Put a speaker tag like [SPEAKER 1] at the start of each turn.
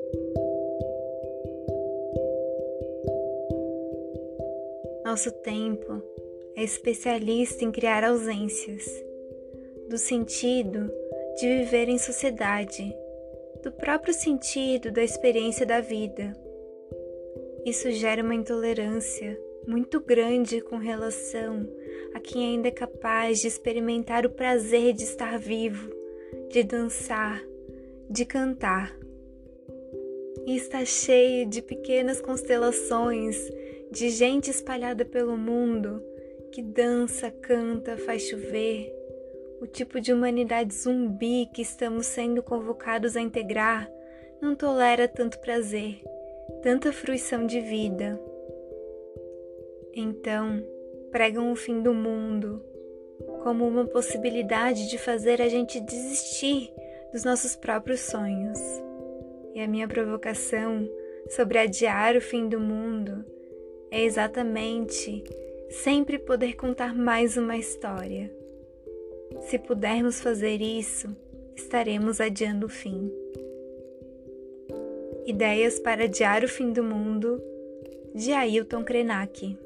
[SPEAKER 1] Nosso tempo é especialista em criar ausências, do sentido de viver em sociedade, do próprio sentido da experiência da vida. Isso gera uma intolerância muito grande com relação a quem ainda é capaz de experimentar o prazer de estar vivo, de dançar, de cantar. E está cheio de pequenas constelações de gente espalhada pelo mundo que dança, canta, faz chover. O tipo de humanidade zumbi que estamos sendo convocados a integrar não tolera tanto prazer, tanta fruição de vida. Então, pregam o fim do mundo como uma possibilidade de fazer a gente desistir dos nossos próprios sonhos. E a minha provocação sobre adiar o fim do mundo é exatamente sempre poder contar mais uma história. Se pudermos fazer isso, estaremos adiando o fim. Ideias para adiar o fim do mundo, de Ailton Krenak.